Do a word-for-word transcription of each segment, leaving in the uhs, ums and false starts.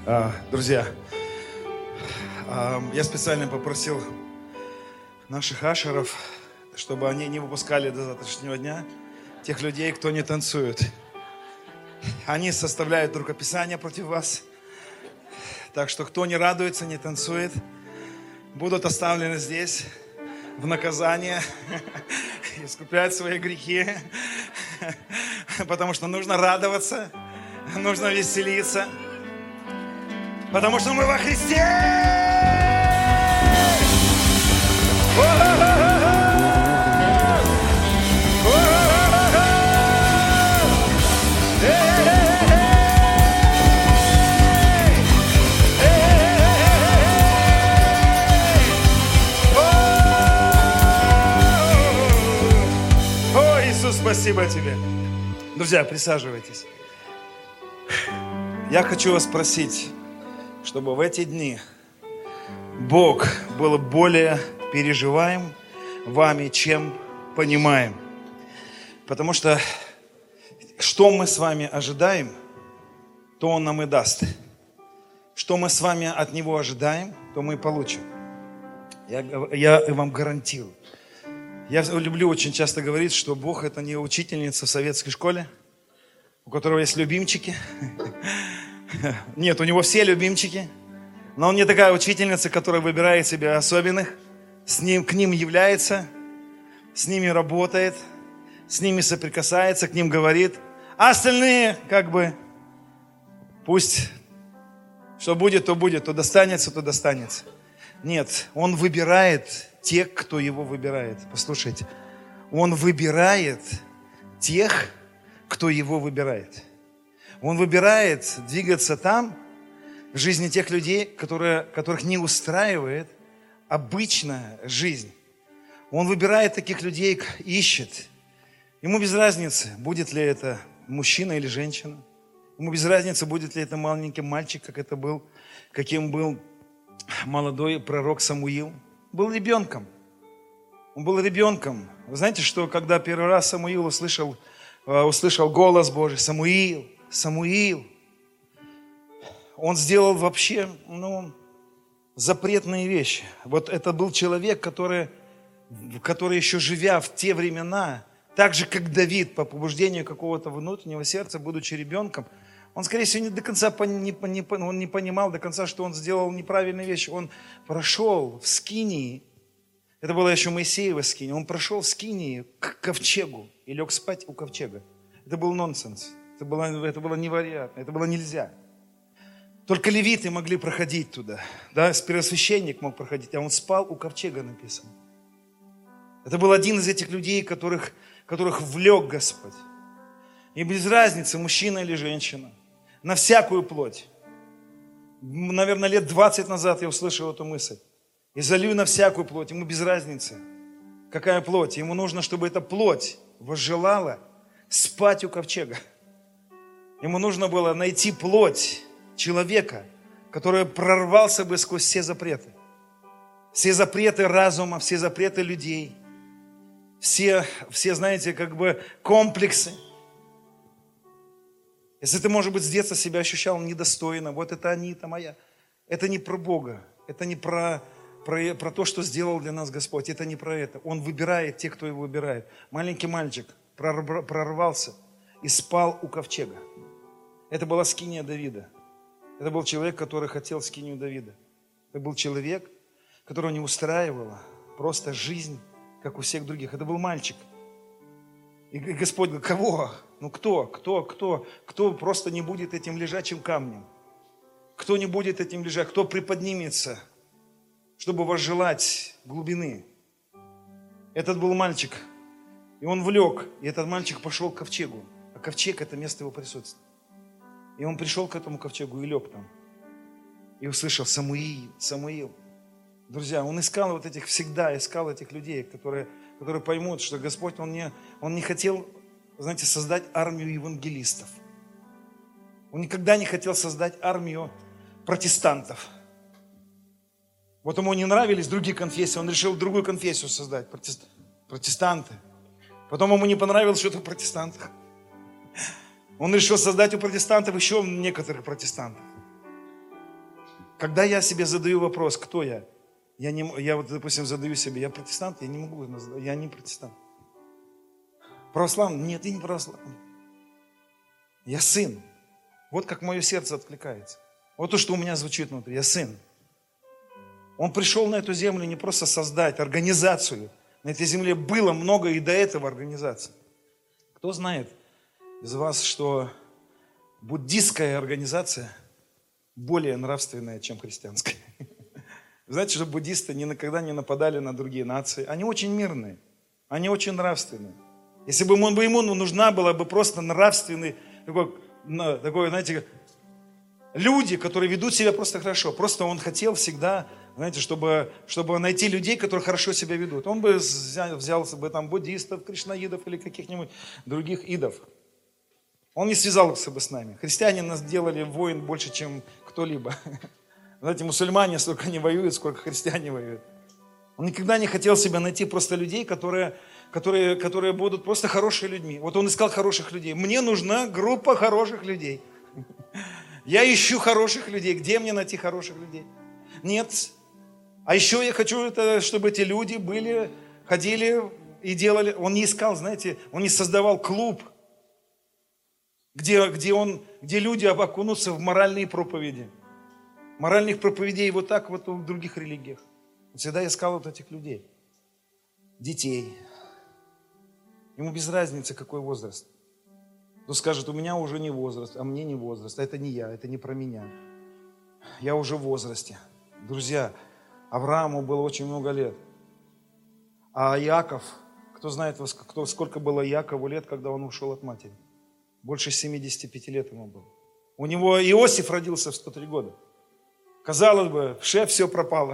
А, Друзья, а, я специально попросил наших ашеров, чтобы они не выпускали до завтрашнего дня тех людей, кто не танцует. Они составляют рукописание против вас. Так что кто не радуется, не танцует, будут оставлены здесь в наказание, искупять свои грехи, потому что нужно радоваться, нужно веселиться, потому что мы во Христе! О, Иисус, спасибо Тебе! Друзья, присаживайтесь. Я хочу вас спросить, чтобы в эти дни Бог был более переживаем вами, чем понимаем. Потому что что мы с вами ожидаем, то Он нам и даст. Что мы с вами от Него ожидаем, то мы и получим. Я, я вам гарантирую. Я люблю очень часто говорить, что Бог это не учительница в советской школе, у которого есть любимчики. Нет, у него все любимчики, но он не такая учительница, которая выбирает себе особенных, с ним, к ним является, с ними работает, с ними соприкасается, к ним говорит, а остальные как бы пусть что будет, то будет, то достанется, то достанется. Нет, он выбирает тех, кто его выбирает. Послушайте, он выбирает тех, кто его выбирает. Он выбирает двигаться там, в жизни тех людей, которые, которых не устраивает обычная жизнь. Он выбирает таких людей, ищет. Ему без разницы, будет ли это мужчина или женщина. Ему без разницы, будет ли это маленький мальчик, как это был, каким был молодой пророк Самуил. Был ребенком. Он был ребенком. Вы знаете, что когда первый раз Самуил услышал, услышал голос Божий, Самуил, Самуил, он сделал вообще, ну, запретные вещи. Вот это был человек, который, который еще живя в те времена, так же, как Давид, по побуждению какого-то внутреннего сердца, будучи ребенком, он, скорее всего, не до конца не, не, он не понимал до конца, что он сделал неправильные вещи. Он прошел в Скинии, это была еще Моисеева Скиния, он прошел в Скинии к ковчегу и лег спать у ковчега. Это был нонсенс. Это было, это было невероятно, это было нельзя. Только левиты могли проходить туда. Да? Первосвященник мог проходить, а он спал у ковчега, написано. Это был один из этих людей, которых, которых влек Господь. И без разницы, мужчина или женщина, на всякую плоть. Наверное, лет двадцать назад я услышал эту мысль. И залью на всякую плоть, ему без разницы, какая плоть. Ему нужно, чтобы эта плоть возжелала спать у ковчега. Ему нужно было найти плоть человека, который прорвался бы сквозь все запреты. Все запреты разума, все запреты людей. Все, все, знаете, как бы комплексы. Если ты, может быть, с детства себя ощущал недостойно, вот это они, это моя. Это не про Бога, это не про, про, про то, что сделал для нас Господь. Это не про это. Он выбирает тех, кто его выбирает. Маленький мальчик прорвался и спал у ковчега. Это была скиния Давида. Это был человек, который хотел скинию Давида. Это был человек, которого не устраивала просто жизнь, как у всех других. Это был мальчик. И Господь говорит, кого? Ну кто? Кто? Кто? Кто просто не будет этим лежачим камнем? Кто не будет этим лежать? Кто приподнимется, чтобы возжелать глубины? Этот был мальчик. И он влек. И этот мальчик пошел к ковчегу. А ковчег – это место его присутствия. И он пришел к этому ковчегу и лег там. И услышал Самуил, Самуил. Друзья, он искал вот этих, всегда искал этих людей, которые, которые поймут, что Господь, он не, он не хотел, знаете, создать армию евангелистов. Он никогда не хотел создать армию протестантов. Вот ему не нравились другие конфессии, он решил другую конфессию создать, протест, протестанты. Потом ему не понравилось что-то в протестантах. Он решил создать у протестантов еще некоторых протестантов. Когда я себе задаю вопрос, кто я? Я, не, я вот, допустим, задаю себе, я протестант, я не могу, я не протестант. Православный? Нет, я не православный. Я сын. Вот как мое сердце откликается. Вот то, что у меня звучит внутри. Я сын. Он пришел на эту землю не просто создать организацию. На этой земле было много и до этого организаций. Кто знает из вас, что буддистская организация более нравственная, чем христианская? Вы знаете, что буддисты никогда не нападали на другие нации. Они очень мирные, они очень нравственные. Если бы ему, ему нужна была бы просто нравственный, такой, такой, знаете, люди, которые ведут себя просто хорошо. Просто он хотел всегда, знаете, чтобы, чтобы найти людей, которые хорошо себя ведут. Он бы взял, взял бы там буддистов, кришнаидов или каких-нибудь других идов. Он не связался бы с нами. Христиане нас делали войн больше, чем кто-либо. Знаете, мусульмане столько не воюют, сколько христиане воюют. Он никогда не хотел себя найти просто людей, которые, которые, которые будут просто хорошими людьми. Вот он искал хороших людей. Мне нужна группа хороших людей. Я ищу хороших людей. Где мне найти хороших людей? Нет. А еще я хочу, это, чтобы эти люди были, ходили и делали. Он не искал, знаете, он не создавал клуб, где, где, он, где люди окунутся в моральные проповеди. Моральных проповедей вот так вот в других религиях. Он всегда искал вот этих людей. Детей. Ему без разницы, какой возраст. Кто скажет, у меня уже не возраст, а мне не возраст. А это не я, это не про меня. Я уже в возрасте. Друзья, Аврааму было очень много лет. А Иаков, кто знает, кто, сколько было Иакову лет, когда он ушел от матери? Больше семидесяти пяти лет ему было. У него Иосиф родился в сто три года. Казалось бы, шеф, все пропало.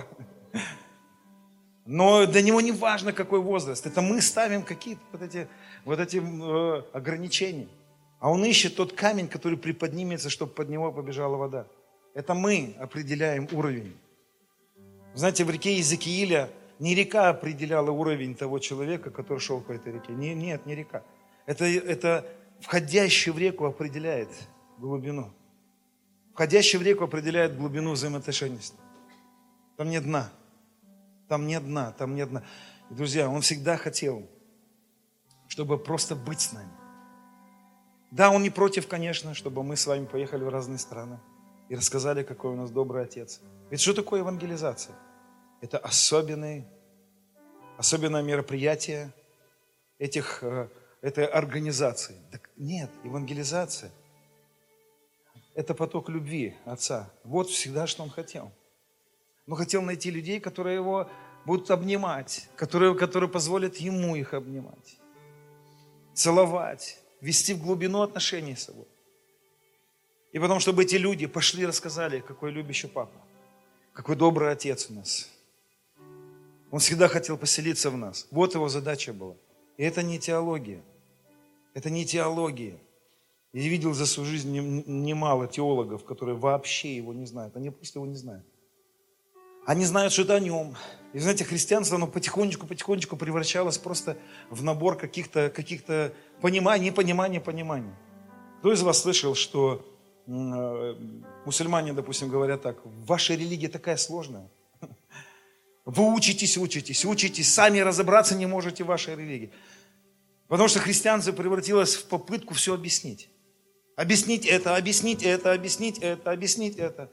Но для него не важно, какой возраст. Это мы ставим какие-то вот эти, вот эти э, ограничения. А он ищет тот камень, который приподнимется, чтобы под него побежала вода. Это мы определяем уровень. Знаете, в реке Иезекииля не река определяла уровень того человека, который шел по этой реке. Не, нет, не река. Это, это входящий в реку определяет глубину. Входящий в реку определяет глубину взаимоотношений с ним. Там нет дна. Там нет дна, там нет дна. И, друзья, он всегда хотел, чтобы просто быть с нами. Да, он не против, конечно, чтобы мы с вами поехали в разные страны и рассказали, какой у нас добрый Отец. Ведь что такое евангелизация? Это особенное, особенное мероприятие этих, этой организации. Так нет, евангелизация – это поток любви Отца. Вот всегда, что Он хотел. Он хотел найти людей, которые Его будут обнимать, которые, которые позволят Ему их обнимать, целовать, вести в глубину отношений с собой. И потом, чтобы эти люди пошли и рассказали, какой любящий Папа, какой добрый Отец у нас. Он всегда хотел поселиться в нас. Вот Его задача была. И это не теология. Это не теология. Я видел за свою жизнь немало теологов, которые вообще Его не знают. Они просто Его не знают. Они знают что-то о Нем. И знаете, христианство, оно потихонечку-потихонечку превращалось просто в набор каких-то, каких-то пониманий, непониманий, пониманий. Кто из вас слышал, что э, мусульмане, допустим, говорят так: ваша религия такая сложная. Вы учитесь, учитесь, учитесь, сами разобраться не можете в вашей религии. Потому что христианство превратилось в попытку все объяснить. Объяснить это, объяснить это, объяснить это, объяснить это.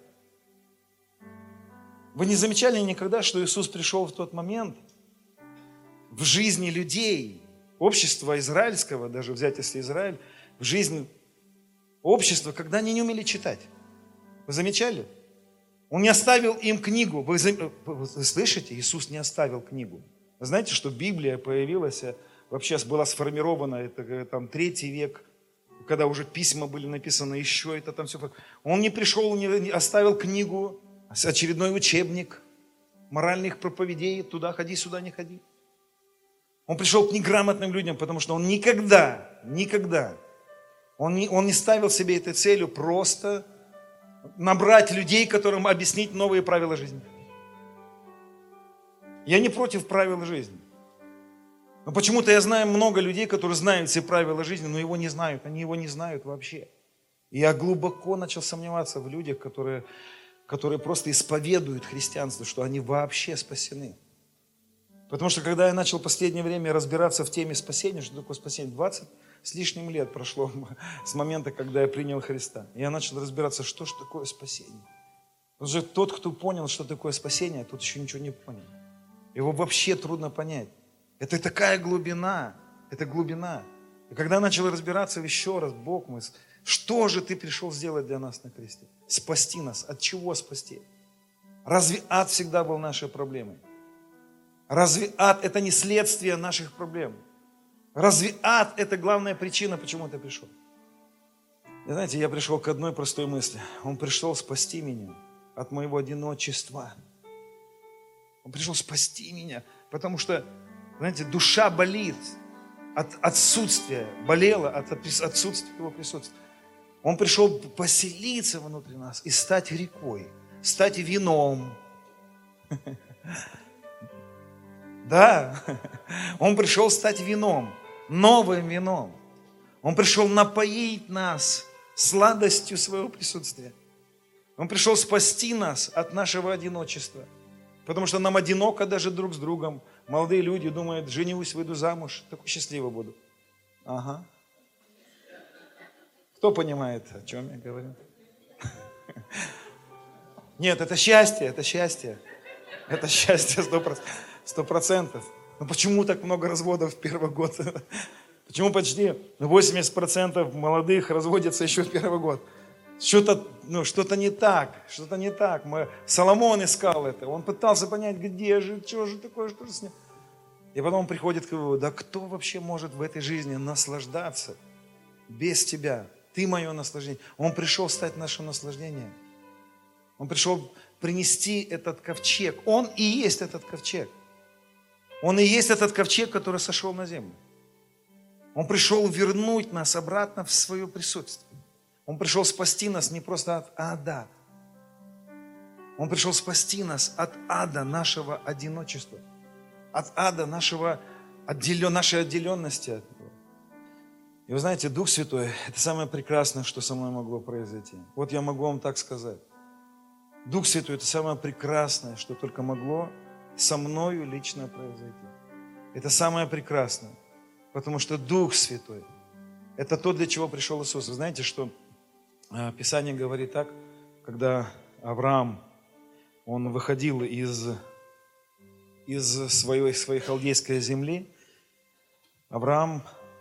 Вы не замечали никогда, что Иисус пришел в тот момент в жизни людей, общества израильского, даже взять если Израиль, в жизнь общества, когда они не умели читать? Вы замечали? Он не оставил им книгу. Вы, вы слышите? Иисус не оставил книгу. Вы знаете, что Библия появилась, вообще была сформирована, это там третий век, когда уже письма были написаны, еще это там все. Он не пришел, не оставил книгу, очередной учебник моральных проповедей, туда ходи, сюда не ходи. Он пришел к неграмотным людям, потому что он никогда, никогда, он не, он не ставил себе этой целью просто набрать людей, которым объяснить новые правила жизни. Я не против правил жизни. Но почему-то я знаю много людей, которые знают все правила жизни, но его не знают, они его не знают вообще. И я глубоко начал сомневаться в людях, которые которые просто исповедуют христианство, что они вообще спасены. Потому что когда я начал в последнее время разбираться в теме спасения, что такое спасение, двадцать с лишним лет прошло с момента, когда я принял Христа. Я начал разбираться, что же такое спасение. Потому что тот, кто понял, что такое спасение, тот еще ничего не понял. Его вообще трудно понять. Это такая глубина, это глубина. И когда я начал разбираться еще раз, Бог мой, что же ты пришел сделать для нас на кресте? Спасти нас. От чего спасти? Разве ад всегда был нашей проблемой? Разве ад это не следствие наших проблем? Разве ад это главная причина, почему ты пришел? И знаете, я пришел к одной простой мысли. Он пришел спасти меня от моего одиночества. Он пришел спасти меня, потому что, знаете, душа болит от отсутствия, болела от отсутствия его присутствия. Он пришел поселиться внутри нас и стать рекой, стать вином. Да, Он пришел стать вином, новым вином. Он пришел напоить нас сладостью своего присутствия. Он пришел спасти нас от нашего одиночества. Потому что нам одиноко даже друг с другом. Молодые люди думают, женюсь, выйду замуж, такой счастливый буду. Ага. Кто понимает, о чем я говорю? Нет, это счастье, это счастье. Это счастье сто процентов. Но почему так много разводов в первый год? Почему почти восемьдесят процентов молодых разводятся еще в первый год? Что-то, ну, что-то не так, что-то не так. Мы, Соломон искал это, он пытался понять, где же, что же такое, что же с ним. И потом он приходит к выводу, да кто вообще может в этой жизни наслаждаться без тебя? Ты мое наслаждение. Он пришел стать нашим наслаждением. Он пришел принести этот ковчег. Он и есть этот ковчег. Он и есть этот ковчег, который сошел на землю. Он пришел вернуть нас обратно в свое присутствие. Он пришел спасти нас не просто от ада. Он пришел спасти нас от ада нашего одиночества. От ада нашего отделен, нашей отделенности от Него. И вы знаете, Дух Святой – это самое прекрасное, что со мной могло произойти. Вот я могу вам так сказать. Дух Святой – это самое прекрасное, что только могло со мною лично произойти. Это самое прекрасное. Потому что Дух Святой – это то, для чего пришел Иисус. Вы знаете, что Писание говорит так, когда Авраам, он выходил из, из своей, своей халдейской земли, Авраам,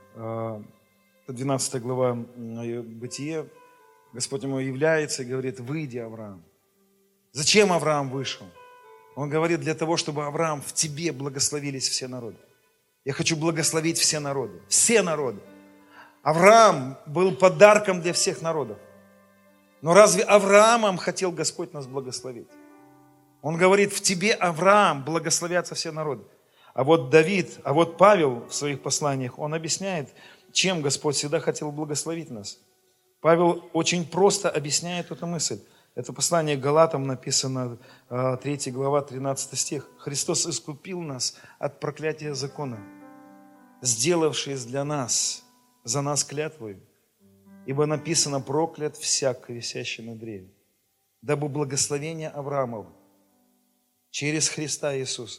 двенадцатая глава Бытие, Господь ему является и говорит, выйди, Авраам. Зачем Авраам вышел? Он говорит, для того, чтобы, Авраам, в тебе благословились все народы. Я хочу благословить все народы, все народы. Авраам был подарком для всех народов. Но разве Авраамом хотел Господь нас благословить? Он говорит, в тебе, Авраам, благословятся все народы. А вот Давид, а вот Павел в своих посланиях, он объясняет, чем Господь всегда хотел благословить нас. Павел очень просто объясняет эту мысль. Это послание к Галатам написано, третья глава, тринадцатый стих. Христос искупил нас от проклятия закона, сделавший для нас, за нас клятвою. Ибо написано, проклят всяк, висящий на древе. Дабы благословение Авраамова через Христа Иисуса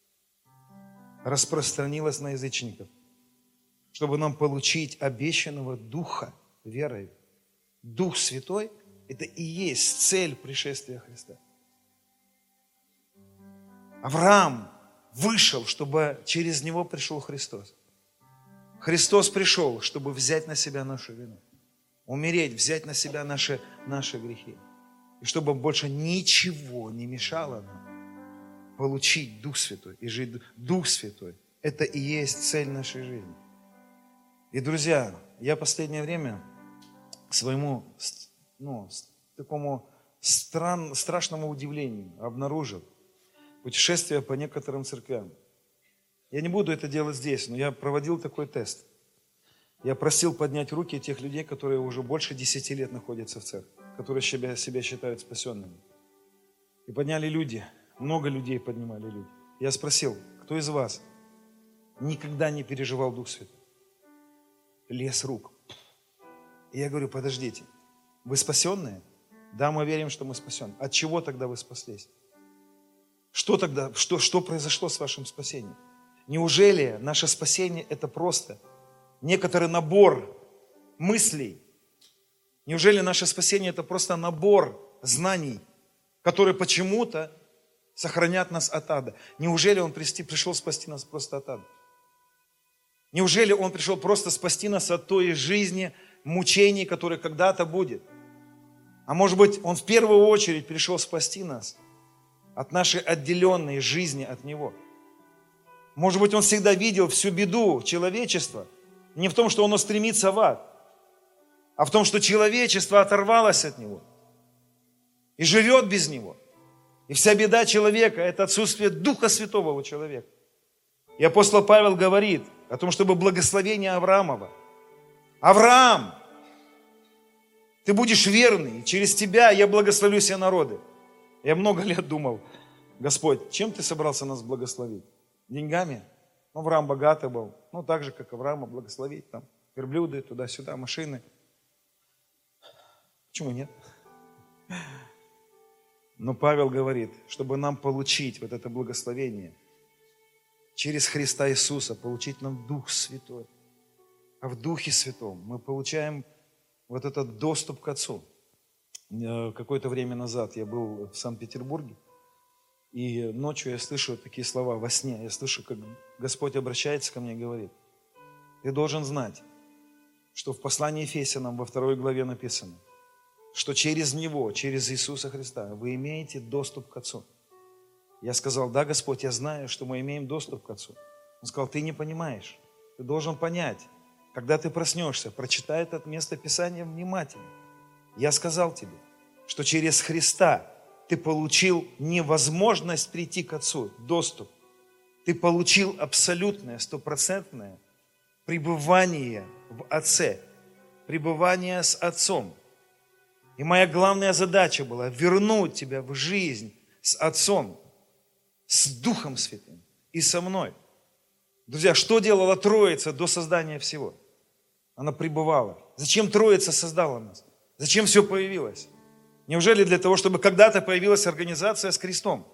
распространилось на язычников, чтобы нам получить обещанного Духа верой. Дух Святой – это и есть цель пришествия Христа. Авраам вышел, чтобы через него пришел Христос. Христос пришел, чтобы взять на себя нашу вину. Умереть, взять на себя наши, наши грехи. И чтобы больше ничего не мешало нам получить Дух Святой и жить. Дух Святой – это и есть цель нашей жизни. И, друзья, я в последнее время к своему, ну, такому стран, страшному удивлению обнаружил путешествие по некоторым церквям. Я не буду это делать здесь, но я проводил такой тест. Я просил поднять руки тех людей, которые уже больше десяти лет находятся в церкви, которые себя, себя считают спасенными. И подняли люди, много людей поднимали люди. Я спросил, кто из вас никогда не переживал Дух Святой? Лес рук. И я говорю, подождите, вы спасенные? Да, мы верим, что мы спасены. От чего тогда вы спаслись? Что тогда, что, что произошло с вашим спасением? Неужели наше спасение это просто некоторый набор мыслей? Неужели наше спасение это просто набор знаний, которые почему-то сохранят нас от ада? Неужели Он пришел спасти нас просто от ада? Неужели Он пришел просто спасти нас от той жизни, мучений, которые когда-то будет? А может быть, Он в первую очередь пришел спасти нас от нашей отделенной жизни от Него? Может быть, Он всегда видел всю беду человечества не в том, что оно стремится в ад, а в том, что человечество оторвалось от Него и живет без Него. И вся беда человека – это отсутствие Духа Святого у человека. И апостол Павел говорит о том, чтобы благословение Авраамова. Авраам, ты будешь верный, и через тебя я благословлю все народы. Я много лет думал, Господь, чем ты собрался нас благословить? Деньгами? Ну, Авраам богатый был. Ну, так же, как Авраама благословить. Там верблюды, туда-сюда, машины. Почему нет? Но Павел говорит, чтобы нам получить вот это благословение, через Христа Иисуса, получить нам Дух Святой. А в Духе Святом мы получаем вот этот доступ к Отцу. Какое-то время назад я был в Санкт-Петербурге, и ночью я слышу такие слова во сне. Я слышу, как Господь обращается ко мне и говорит: ты должен знать, что в послании Ефесянам во второй главе написано, что через Него, через Иисуса Христа вы имеете доступ к Отцу. Я сказал: да, Господь, я знаю, что мы имеем доступ к Отцу. Он сказал: ты не понимаешь, ты должен понять. Когда ты проснешься, прочитай это место Писания внимательно. Я сказал тебе, что через Христа ты получил не возможность прийти к Отцу, доступ. Ты получил абсолютное, стопроцентное пребывание в Отце, пребывание с Отцом. И моя главная задача была вернуть тебя в жизнь с Отцом, с Духом Святым и со мной. Друзья, что делала Троица до создания всего? Она пребывала. Зачем Троица создала нас? Зачем все появилось? Неужели для того, чтобы когда-то появилась организация с крестом?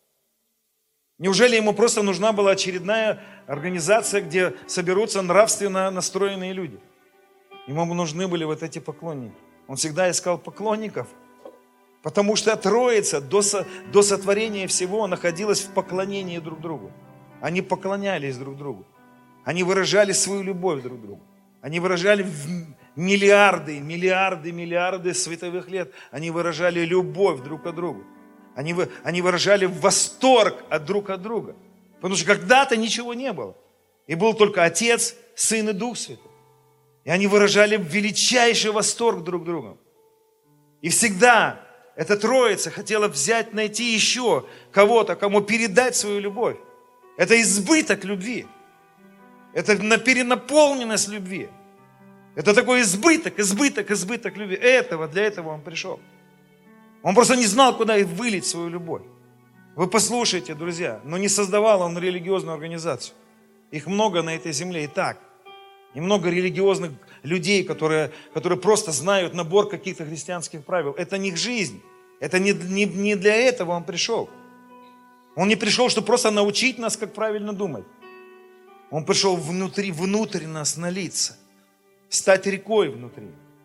Неужели ему просто нужна была очередная организация, где соберутся нравственно настроенные люди? Ему нужны были вот эти поклонники. Он всегда искал поклонников, потому что Троица до, со, до сотворения всего находилась в поклонении друг другу. Они поклонялись друг другу. Они выражали свою любовь друг к другу. Они выражали миллиарды, миллиарды, миллиарды световых лет. Они выражали любовь друг к другу. Они, они выражали восторг от друг от друга. Потому что когда-то ничего не было. И был только Отец, Сын и Дух Святой. И они выражали величайший восторг друг к другу. И всегда эта Троица хотела взять, найти еще кого-то, кому передать свою любовь. Это избыток любви. Это перенаполненность любви. Это такой избыток, избыток, избыток любви. Этого, для этого он пришел. Он просто не знал, куда вылить свою любовь. Вы послушайте, друзья, но не создавал он религиозную организацию. Их много на этой земле и так. И много религиозных людей, которые, которые просто знают набор каких-то христианских правил. Это не их жизнь. Это не, не, не для этого он пришел. Он не пришел, чтобы просто научить нас, как правильно думать. Он пришел внутри, внутрь нас налиться. Стать рекой внутри.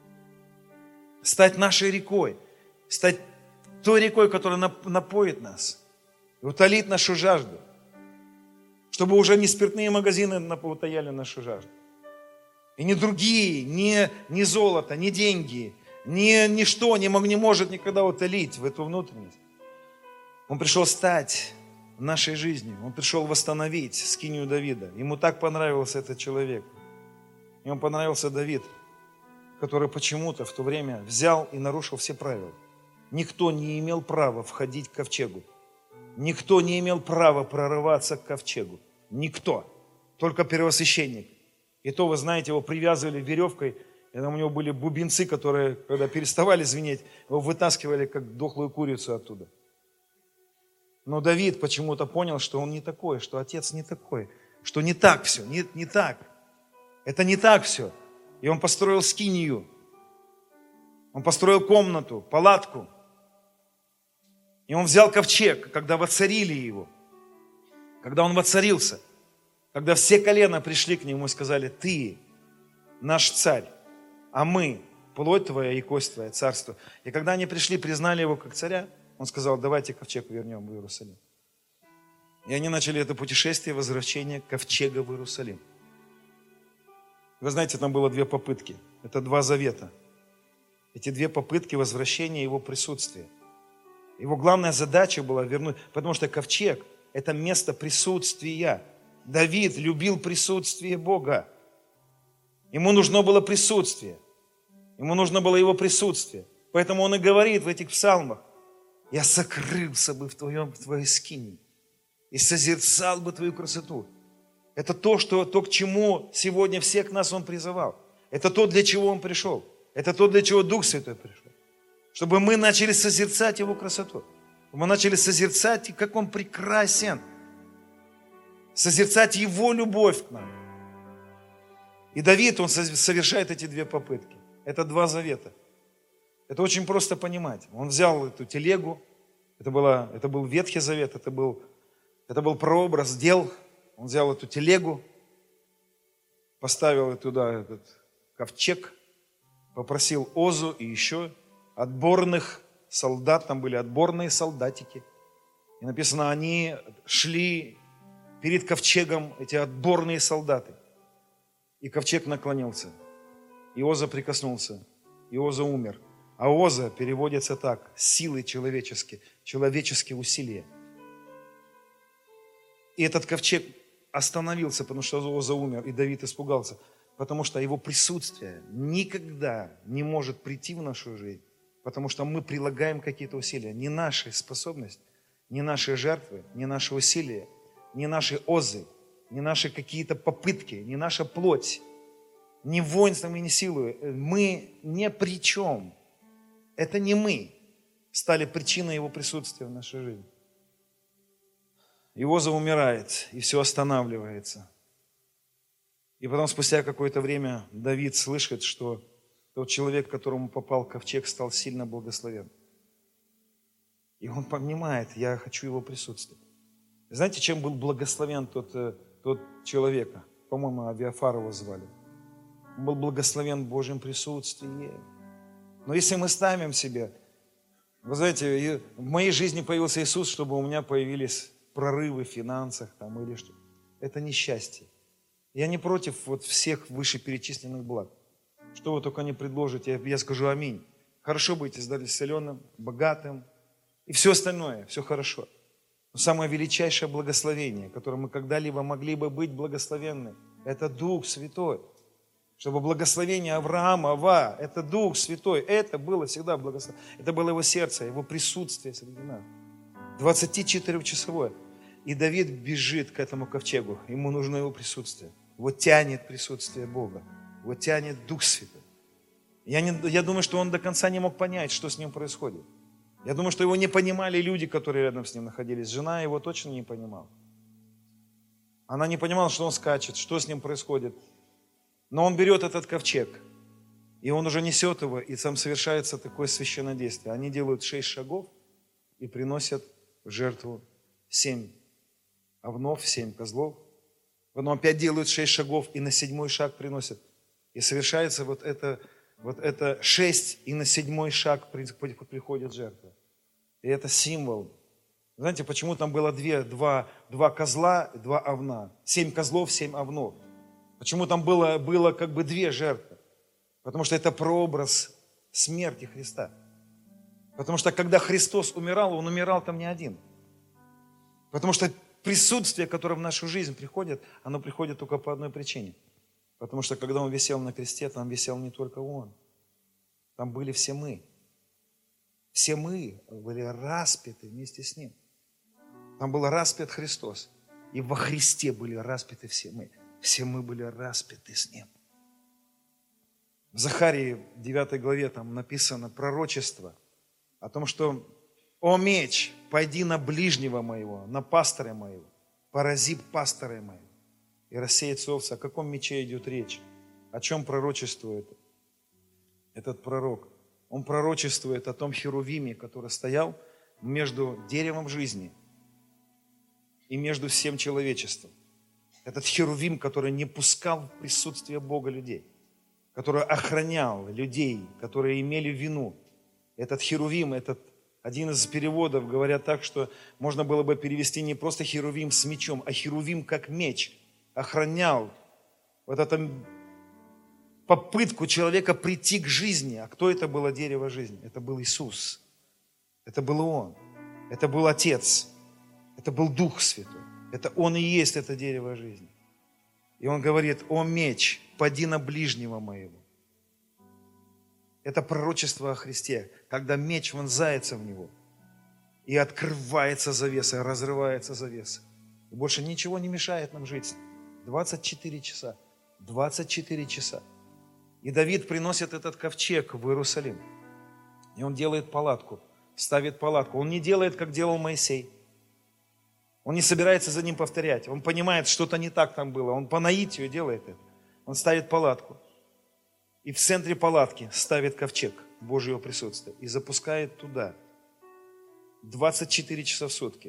Стать нашей рекой. Стать той рекой, которая напоит нас. И утолит нашу жажду. Чтобы уже не спиртные магазины утояли нашу жажду. И не другие, не, не золото, не деньги, ни, ничто не, мог, не может никогда утолить в эту внутренность. Он пришел стать нашей жизнью. Он пришел восстановить скинию Давида. Ему так понравился этот человек. Ему понравился Давид, который почему-то в то время взял и нарушил все правила. Никто не имел права входить к ковчегу. Никто не имел права прорываться к ковчегу. Никто. Только первосвященник. И то, вы знаете, его привязывали веревкой. И там у него были бубенцы, которые, когда переставали звенеть, его вытаскивали, как дохлую курицу оттуда. Но Давид почему-то понял, что он не такой, что отец не такой, что не так все, не, не так. Это не так все. И он построил скинию. Он построил комнату, палатку. И он взял ковчег, когда воцарили его. Когда он воцарился. Когда все колена пришли к нему и сказали: ты наш царь, а мы плоть твоя и кость твоя, царство. И когда они пришли, признали его как царя, он сказал: давайте ковчег вернем в Иерусалим. И они начали это путешествие, возвращение ковчега в Иерусалим. Вы знаете, там было две попытки. Это два завета. Эти две попытки возвращения его присутствия. Его главная задача была вернуть, потому что ковчег – это место присутствия. Давид любил присутствие Бога. Ему нужно было присутствие. Ему нужно было его присутствие. Поэтому он и говорит в этих псалмах: я сокрылся бы в твоем, в твоей скинии и созерцал бы твою красоту. Это то, что, то, к чему сегодня всех нас он призывал. Это то, для чего он пришел. Это то, для чего Дух Святой пришел. Чтобы мы начали созерцать его красоту. Чтобы мы начали созерцать, как он прекрасен. Созерцать его любовь к нам. И Давид, он совершает эти две попытки. Это два завета. Это очень просто понимать. Он взял эту телегу. Это, была, это был Ветхий Завет. Это был, это был прообраз дел. Он взял эту телегу, поставил туда этот ковчег, попросил Озу и еще отборных солдат, там были отборные солдатики. И написано, они шли перед ковчегом, эти отборные солдаты. И ковчег наклонился. И Оза прикоснулся. И Оза умер. А Оза переводится так: силы человеческие, человеческие усилия. И этот ковчег остановился, потому что Оза умер, и Давид испугался. Потому что его присутствие никогда не может прийти в нашу жизнь, потому что мы прилагаем какие-то усилия. Не наша способность, не наши жертвы, не наши усилия, не наши озы, не наши какие-то попытки, не наша плоть, не воинством и не силой. Мы ни при чем. Это не мы стали причиной его присутствия в нашей жизни. И Оза умирает, и все останавливается. И потом, спустя какое-то время, Давид слышит, что тот человек, к которому попал ковчег, стал сильно благословен. И он понимает: я хочу его присутствия. Знаете, чем был благословен тот, тот человек? По-моему, Авиафар его звали. Он был благословен Божьим присутствием. Но если мы ставим себе... Вы знаете, в моей жизни появился Иисус, чтобы у меня появились прорывы в финансах там, или что. Это несчастье. Я не против вот всех вышеперечисленных благ. Что вы только не предложите, я, я скажу аминь. Хорошо быть издаленным, богатым. И все остальное, все хорошо. Но самое величайшее благословение, которым мы когда-либо могли бы быть благословенны, это Дух Святой. Чтобы благословение Авраама, Ава, это Дух Святой, это было всегда благословение. Это было его сердце, его присутствие среди нас. двадцатичетырёхчасовое. И Давид бежит к этому ковчегу. Ему нужно его присутствие. Его тянет присутствие Бога. Его тянет Дух Святой. Я, не, я думаю, что он до конца не мог понять, что с ним происходит. Я думаю, что его не понимали люди, которые рядом с ним находились. Жена его точно не понимала. Она не понимала, что он скачет, что с ним происходит. Но он берет этот ковчег, и он уже несет его, и там совершается такое священное действие. Они делают шесть шагов и приносят в жертву семь овнов, семь козлов. Потом опять делают шесть шагов, и на седьмой шаг приносят. И совершается вот это, вот это шесть, и на седьмой шаг приходит жертва. И это символ. Знаете, почему там было две, два, два козла, два овна? Семь козлов, семь овнов. Почему там было, было как бы две жертвы? Потому что это прообраз смерти Христа. Потому что когда Христос умирал, Он умирал там не один. Потому что присутствие, которое в нашу жизнь приходит, оно приходит только по одной причине. Потому что когда Он висел на кресте, там висел не только Он. Там были все мы. Все мы были распяты вместе с Ним. Там был распят Христос. И во Христе были распяты все мы. Все мы были распяты с Ним. В Захарии девятой главе там написано пророчество о том, что «О меч, пойди на ближнего моего, на пастыря моего, порази пастыря моего и рассеет овцы». О каком мече идет речь? О чем пророчествует этот пророк? Он пророчествует о том херувиме, который стоял между деревом жизни и между всем человечеством. Этот херувим, который не пускал в присутствие Бога людей, который охранял людей, которые имели вину. Этот херувим, этот один из переводов говорят так, что можно было бы перевести не просто херувим с мечом, а херувим как меч охранял вот эту попытку человека прийти к жизни. А кто это было дерево жизни? Это был Иисус. Это был Он. Это был Отец. Это был Дух Святой. Это Он и есть это дерево жизни. И Он говорит: «О меч, поди на ближнего моего». Это пророчество о Христе, когда меч вонзается в него, и открывается завеса, разрывается завеса. И больше ничего не мешает нам жить. двадцать четыре часа. двадцать четыре часа. И Давид приносит этот ковчег в Иерусалим. И он делает палатку, ставит палатку. Он не делает, как делал Моисей. Он не собирается за ним повторять. Он понимает, что-то не так там было. Он по наитию делает это. Он ставит палатку. И в центре палатки ставит ковчег Божьего присутствия. И запускает туда двадцать четыре часа в сутки.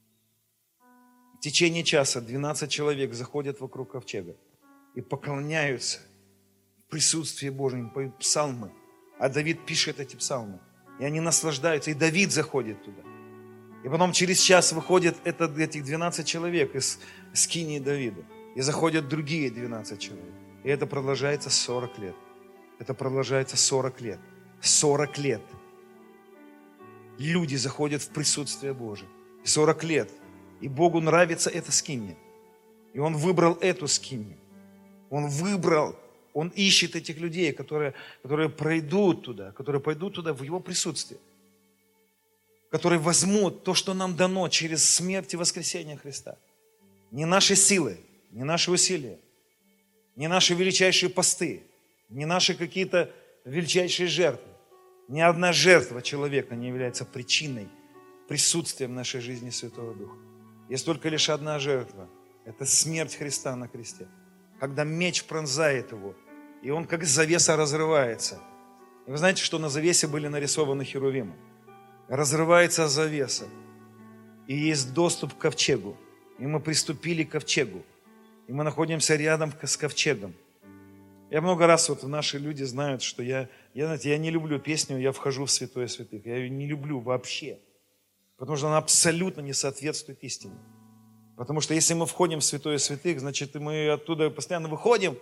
В течение часа двенадцать человек заходят вокруг ковчега и поклоняются в присутствии Божьем, поют псалмы. А Давид пишет эти псалмы. И они наслаждаются. И Давид заходит туда. И потом через час выходит это, этих двенадцать человек из скинии Давида. И заходят другие двенадцать человек. И это продолжается сорок лет. Это продолжается сорок лет. сорок лет. Люди заходят в присутствие Божие. сорок лет. И Богу нравится эта скиния. И Он выбрал эту скинию. Он выбрал, Он ищет этих людей, которые, которые пройдут туда, которые пойдут туда в Его присутствие. Которые возьмут то, что нам дано через смерть и воскресение Христа. Не наши силы, не наши усилия, не наши величайшие посты, не наши какие-то величайшие жертвы. Ни одна жертва человека не является причиной, присутствием в нашей жизни Святого Духа. Есть только лишь одна жертва. Это смерть Христа на кресте. Когда меч пронзает его, и он как завеса разрывается. И вы знаете, что на завесе были нарисованы херувимы? Разрывается завеса, и есть доступ к ковчегу. И мы приступили к ковчегу. И мы находимся рядом с ковчегом. Я много раз, вот наши люди знают, что я, я, знаете, я не люблю песню «Я вхожу в святое святых». Я ее не люблю вообще. Потому что она абсолютно не соответствует истине. Потому что если мы входим в святое святых, значит, мы оттуда постоянно выходим.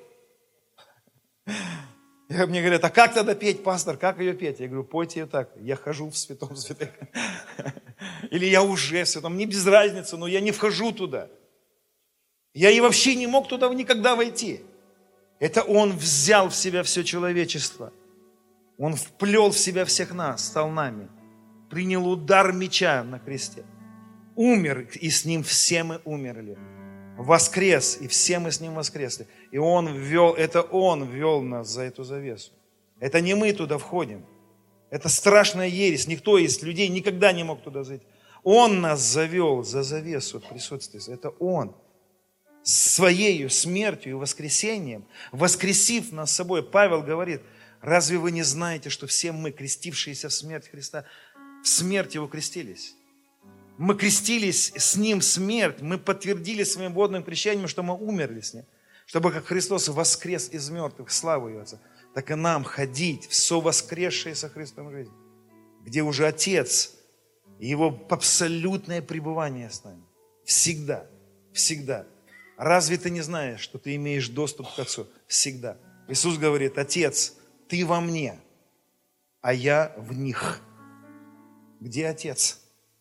И мне говорят: а как тогда петь, пастор, как ее петь? Я говорю: пойте ее так: я хожу в святом святых. Или я уже в святом. Мне без разницы, но я не вхожу туда. Я и вообще не мог туда никогда войти. Это Он взял в себя все человечество. Он вплел в себя всех нас, стал нами. Принял удар меча на кресте. Умер, и с Ним все мы умерли. Воскрес, и все мы с Ним воскресли. И Он ввел, это Он ввел нас за эту завесу. Это не мы туда входим. Это страшная ересь. Никто из людей никогда не мог туда зайти. Он нас завел за завесу присутствия. Это Он. Своею смертью и воскресением, воскресив нас собой, Павел говорит: разве вы не знаете, что все мы, крестившиеся в смерть Христа, в смерть Его крестились? Мы крестились с Ним в смерть, мы подтвердили своим водным крещением, что мы умерли с Ним, чтобы как Христос воскрес из мертвых, славу Его Отца, так и нам ходить в совоскресшей со Христом жизнь, где уже Отец и Его абсолютное пребывание с нами. Всегда, всегда. Разве ты не знаешь, что ты имеешь доступ к Отцу? Всегда. Иисус говорит: Отец, Ты во мне, а я в них. Где Отец?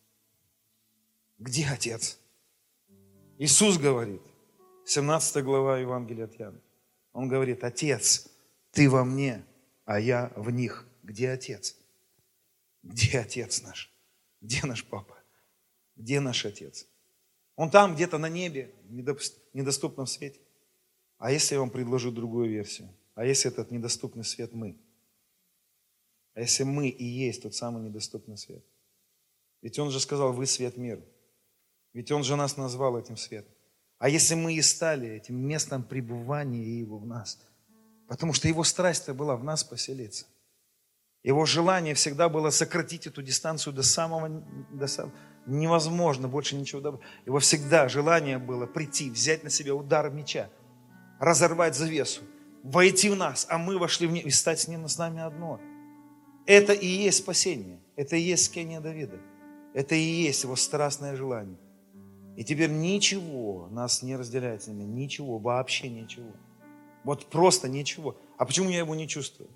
Где Отец? Иисус говорит, семнадцатая глава Евангелия от Иоанна. Он говорит: Отец, Ты во мне, а я в них. Где Отец? Где Отец наш? Где наш Папа? Где наш Отец? Он там, где-то на небе, в недоступном свете. А если я вам предложу другую версию? А если этот недоступный свет мы? А если мы и есть тот самый недоступный свет? Ведь Он же сказал: вы свет мира. Ведь Он же нас назвал этим светом. А если мы и стали этим местом пребывания Его в нас? Потому что Его страсть-то была в нас поселиться. Его желание всегда было сократить эту дистанцию до самого, до самого невозможно больше ничего добавить. Его всегда желание было прийти, взять на себя удар меча, разорвать завесу, войти в нас, а мы вошли в него и стать с ним, с нами одно. Это и есть спасение, это и есть скиния Давида, это и есть его страстное желание. И теперь ничего нас не разделяет с ними, ничего, вообще ничего. Вот просто ничего. А почему я его не чувствую?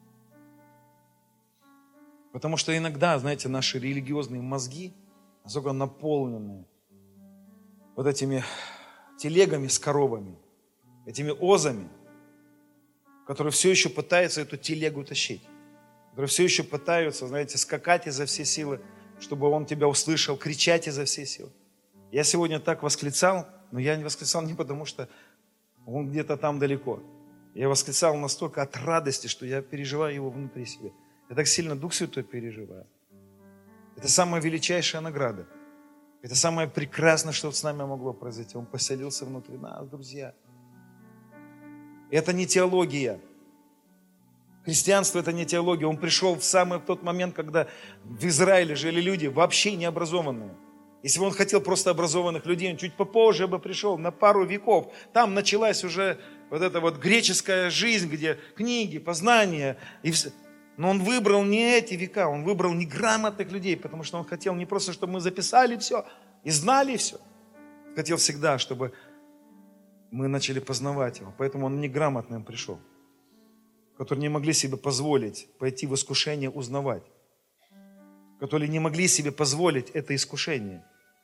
Потому что иногда, знаете, наши религиозные мозги настолько наполнены вот этими телегами с коровами, этими озами, которые все еще пытаются эту телегу тащить, которые все еще пытаются, знаете, скакать изо всей силы, чтобы он тебя услышал, кричать изо всей силы. Я сегодня так восклицал, но я не восклицал не потому, что он где-то там далеко. Я восклицал настолько от радости, что я переживаю его внутри себя. Я так сильно Дух Святой переживаю. Это самая величайшая награда. Это самое прекрасное, что с нами могло произойти. Он поселился внутри нас, друзья. Это не теология. Христианство – это не теология. Он пришел в самый тот момент, когда в Израиле жили люди вообще необразованные. Если бы он хотел просто образованных людей, он чуть попозже бы пришел, на пару веков. Там началась уже вот эта вот греческая жизнь, где книги, познания и все. Но он выбрал не эти века, он выбрал неграмотных людей, потому что он хотел не просто, чтобы мы записали все и знали все. Он хотел всегда, чтобы мы начали познавать его. Поэтому он неграмотным пришел, которые не могли себе позволить пойти в искушение узнавать, которые не могли себе позволить это искушение.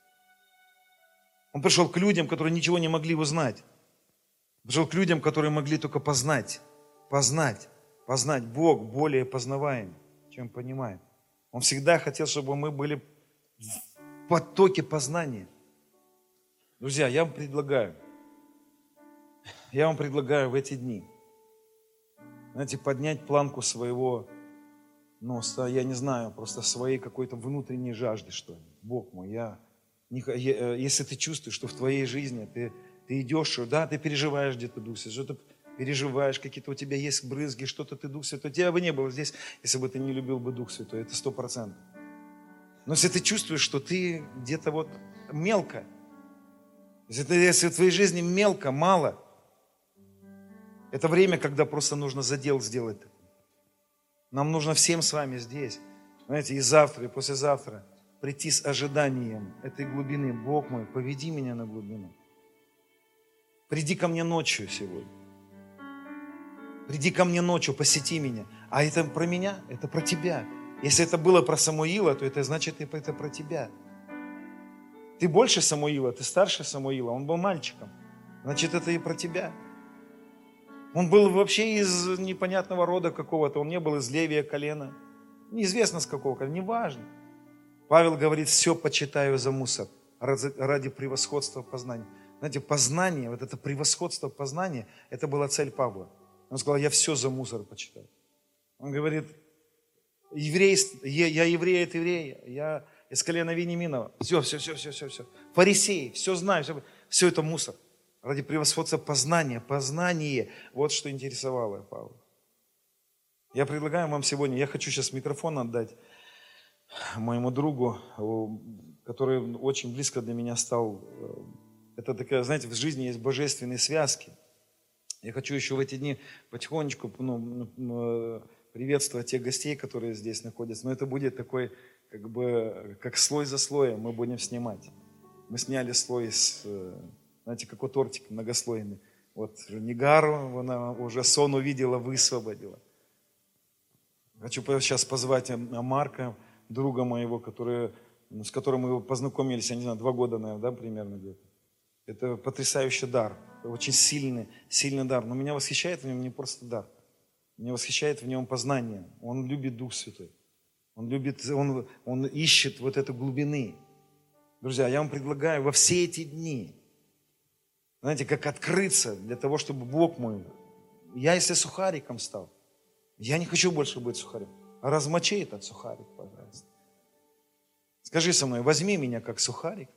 Он пришел к людям, которые ничего не могли узнать. Пришел к людям, которые могли только познать, познать. Познать. Бог более познаваем, чем понимаем. Он всегда хотел, чтобы мы были в потоке познания. Друзья, я вам предлагаю, я вам предлагаю в эти дни, знаете, поднять планку своего, ну, я не знаю, просто своей какой-то внутренней жажды, что ли. Бог мой, я, не, я если ты чувствуешь, что в твоей жизни ты, ты идешь, да, ты переживаешь где-то, Дух Святой, что-то переживаешь, какие-то у тебя есть брызги, что-то ты Дух Святой. Тебя бы не было здесь, если бы ты не любил бы Дух Святой, это сто процентов. Но если ты чувствуешь, что ты где-то вот мелко, если, ты, если в твоей жизни мелко, мало, это время, когда просто нужно задел сделать. Нам нужно всем с вами здесь, знаете, и завтра, и послезавтра прийти с ожиданием этой глубины. Бог мой, поведи меня на глубину. Приди ко мне ночью сегодня. Приди ко мне ночью, посети меня. А это про меня, это про тебя. Если это было про Самуила, то это значит, это про тебя. Ты больше Самуила, ты старше Самуила, он был мальчиком. Значит, это и про тебя. Он был вообще из непонятного рода какого-то, он не был из Левия колена. Неизвестно с какого колена, неважно. Павел говорит, все почитаю за мусор ради превосходства познания. Знаете, познание, вот это превосходство познания, это была цель Павла. Он сказал, я все за мусор почитаю. Он говорит, еврей, я еврей от еврея, я из колена Вениаминова. Все, все, все, все, все, все. Фарисеи, все знаю, все, все это мусор. Ради превосходства познания, познание. Вот что интересовало Павла. Я предлагаю вам сегодня, я хочу сейчас микрофон отдать моему другу, который очень близко для меня стал. Это такая, знаете, в жизни есть божественные связки. Я хочу еще в эти дни потихонечку ну, приветствовать тех гостей, которые здесь находятся. Но это будет такой, как бы, как слой за слоем мы будем снимать. Мы сняли слой с, знаете, как у тортика многослойный. Вот Нигару, она уже сон увидела, высвободила. Хочу сейчас позвать Марка, друга моего, который, с которым мы познакомились, я не знаю, два года, наверное, да, примерно где-то. Это потрясающий дар, очень сильный, сильный дар. Но меня восхищает в нем не просто дар. Меня восхищает в нем познание. Он любит Дух Святой. Он любит, он, он ищет вот эту глубины. Друзья, я вам предлагаю во все эти дни, знаете, как открыться для того, чтобы Бог мой, я если сухариком стал, я не хочу больше быть сухарем. Размочи этот сухарик, пожалуйста. Скажи со мной, возьми меня как сухарик.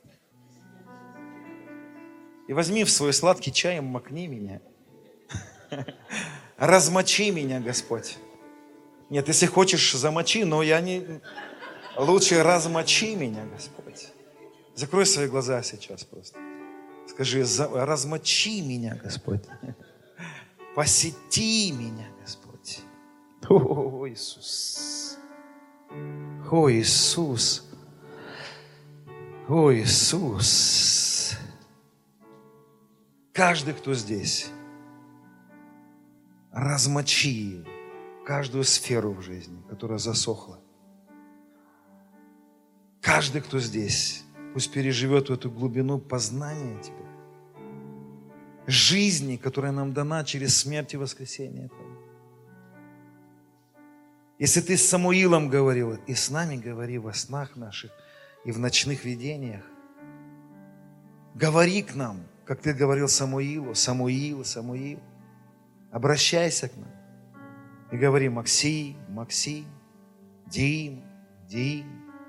И возьми в свой сладкий чай, макни меня. Размочи меня, Господь. Нет, если хочешь, замочи, но я не... Лучше размочи меня, Господь. Закрой свои глаза сейчас просто. Скажи, размочи меня, Господь. Посети меня, Господь. О, Иисус. О, Иисус. О, Иисус. Каждый, кто здесь, размочи каждую сферу в жизни, которая засохла. Каждый, кто здесь, пусть переживет в эту глубину познания Тебя. Жизни, которая нам дана через смерть и воскресение Твое. Если Ты с Самуилом говорил, и с нами говори во снах наших и в ночных видениях. Говори к нам, как Ты говорил Самуилу, Самуил, Самуил. Обращайся к нам и говори: Максим, Максим, Дим, Дим,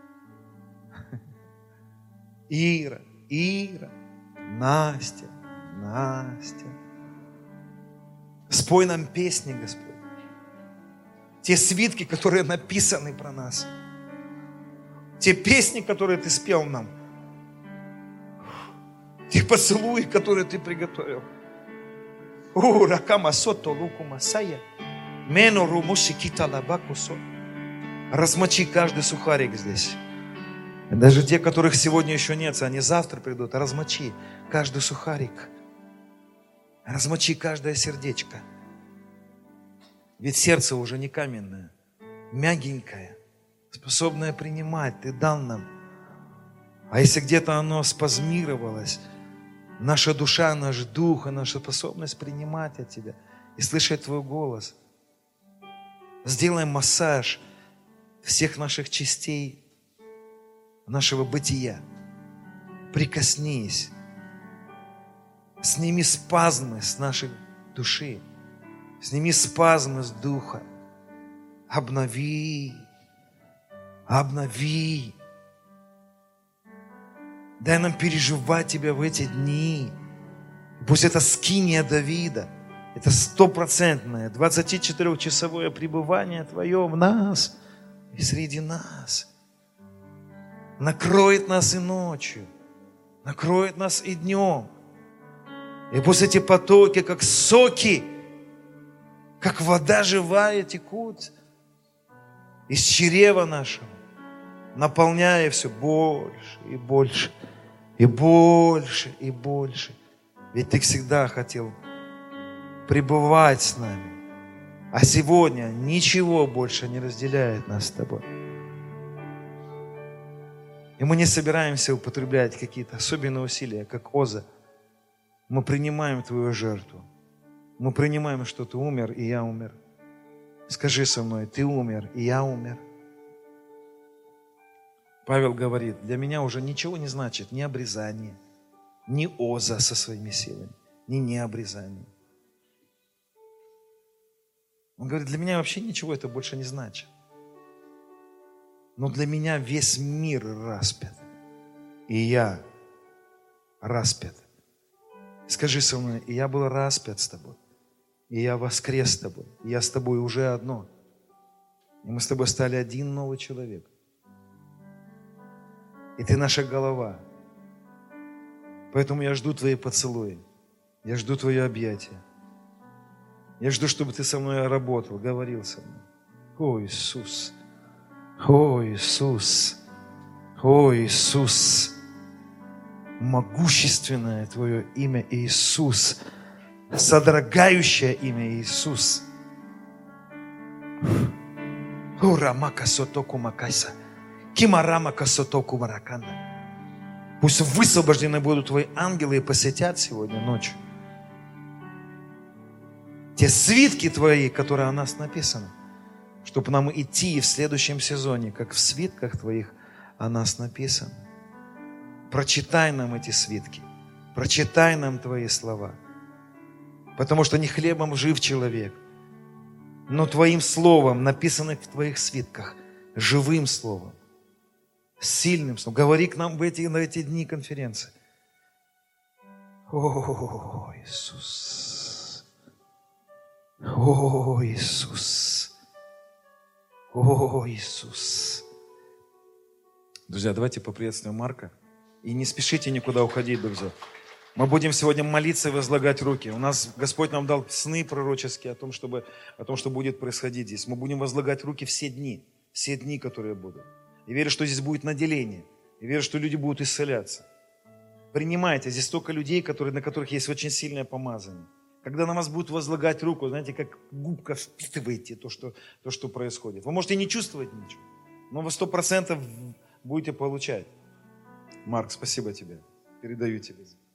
Ира, Ира, Настя, Настя. Спой нам песни, Господь. Те свитки, которые написаны про нас. Те песни, которые Ты спел нам. Те поцелуи, которые Ты приготовил. О, ракама сото луку масая. Мену румуши кита лабакусо. Размочи каждый сухарик здесь. Даже те, которых сегодня еще нет, они завтра придут. Размочи каждый сухарик. Размочи каждое сердечко. Ведь сердце уже не каменное, мягенькое, способное принимать. Ты дал нам. А если где-то оно спазмировалось, наша душа, наш дух, и наша способность принимать от Тебя и слышать Твой голос. Сделай массаж всех наших частей нашего бытия. Прикоснись. Сними спазмы с нашей души. Сними спазмы с духа. Обнови. Обнови. Дай нам переживать Тебя в эти дни. Пусть это скиния Давида, это стопроцентное двадцатичетырехчасовое пребывание Твое в нас и среди нас. Накроет нас и ночью, накроет нас и днем. И пусть эти потоки, как соки, как вода живая, текут из чрева нашего, наполняя все больше и больше, и больше, и больше. Ведь Ты всегда хотел пребывать с нами. А сегодня ничего больше не разделяет нас с Тобой. И мы не собираемся употреблять какие-то особенные усилия, как Оза. Мы принимаем Твою жертву. Мы принимаем, что Ты умер, и я умер. Скажи со мной: Ты умер, и я умер. Павел говорит: для меня уже ничего не значит ни обрезание, ни Оза со своими силами, ни необрезание. Он говорит: для меня вообще ничего это больше не значит. Но для меня весь мир распят, и я распят. Скажи со мной: и я был распят с Тобой, и я воскрес с Тобой, и я с Тобой уже одно. И мы с Тобой стали один новый человек. И Ты наша голова. Поэтому я жду Твои поцелуи. Я жду Твое объятие. Я жду, чтобы Ты со мной работал, говорил со мной. О, Иисус! О, Иисус! О, Иисус! Могущественное Твое имя Иисус! Содрогающее имя Иисус! О, Рамака Сотоку Макайса! Кимарама Касотоку Мараканда! Пусть высвобождены будут Твои ангелы и посетят сегодня ночью те свитки Твои, которые о нас написаны, чтобы нам идти в следующем сезоне, как в свитках Твоих о нас написано. Прочитай нам эти свитки, прочитай нам Твои слова, потому что не хлебом жив человек, но Твоим словом, написанным в Твоих свитках, живым словом, сильным словом. Говори к нам в эти, на эти дни конференции. О, Иисус! О, Иисус! О, Иисус. Друзья, давайте поприветствуем Марка. И не спешите никуда уходить, друзья. Мы будем сегодня молиться и возлагать руки. У нас Господь нам дал сны пророческие о том, чтобы, о том, что будет происходить здесь. Мы будем возлагать руки все дни, все дни, которые будут. И верю, что здесь будет наделение. И верю, что люди будут исцеляться. Принимайте. Здесь столько людей, которые, на которых есть очень сильное помазание. Когда на вас будут возлагать руку, знаете, как губка впитываете то, что, то, что происходит. Вы можете не чувствовать ничего, но вы сто процентов будете получать. Марк, спасибо тебе. Передаю тебе.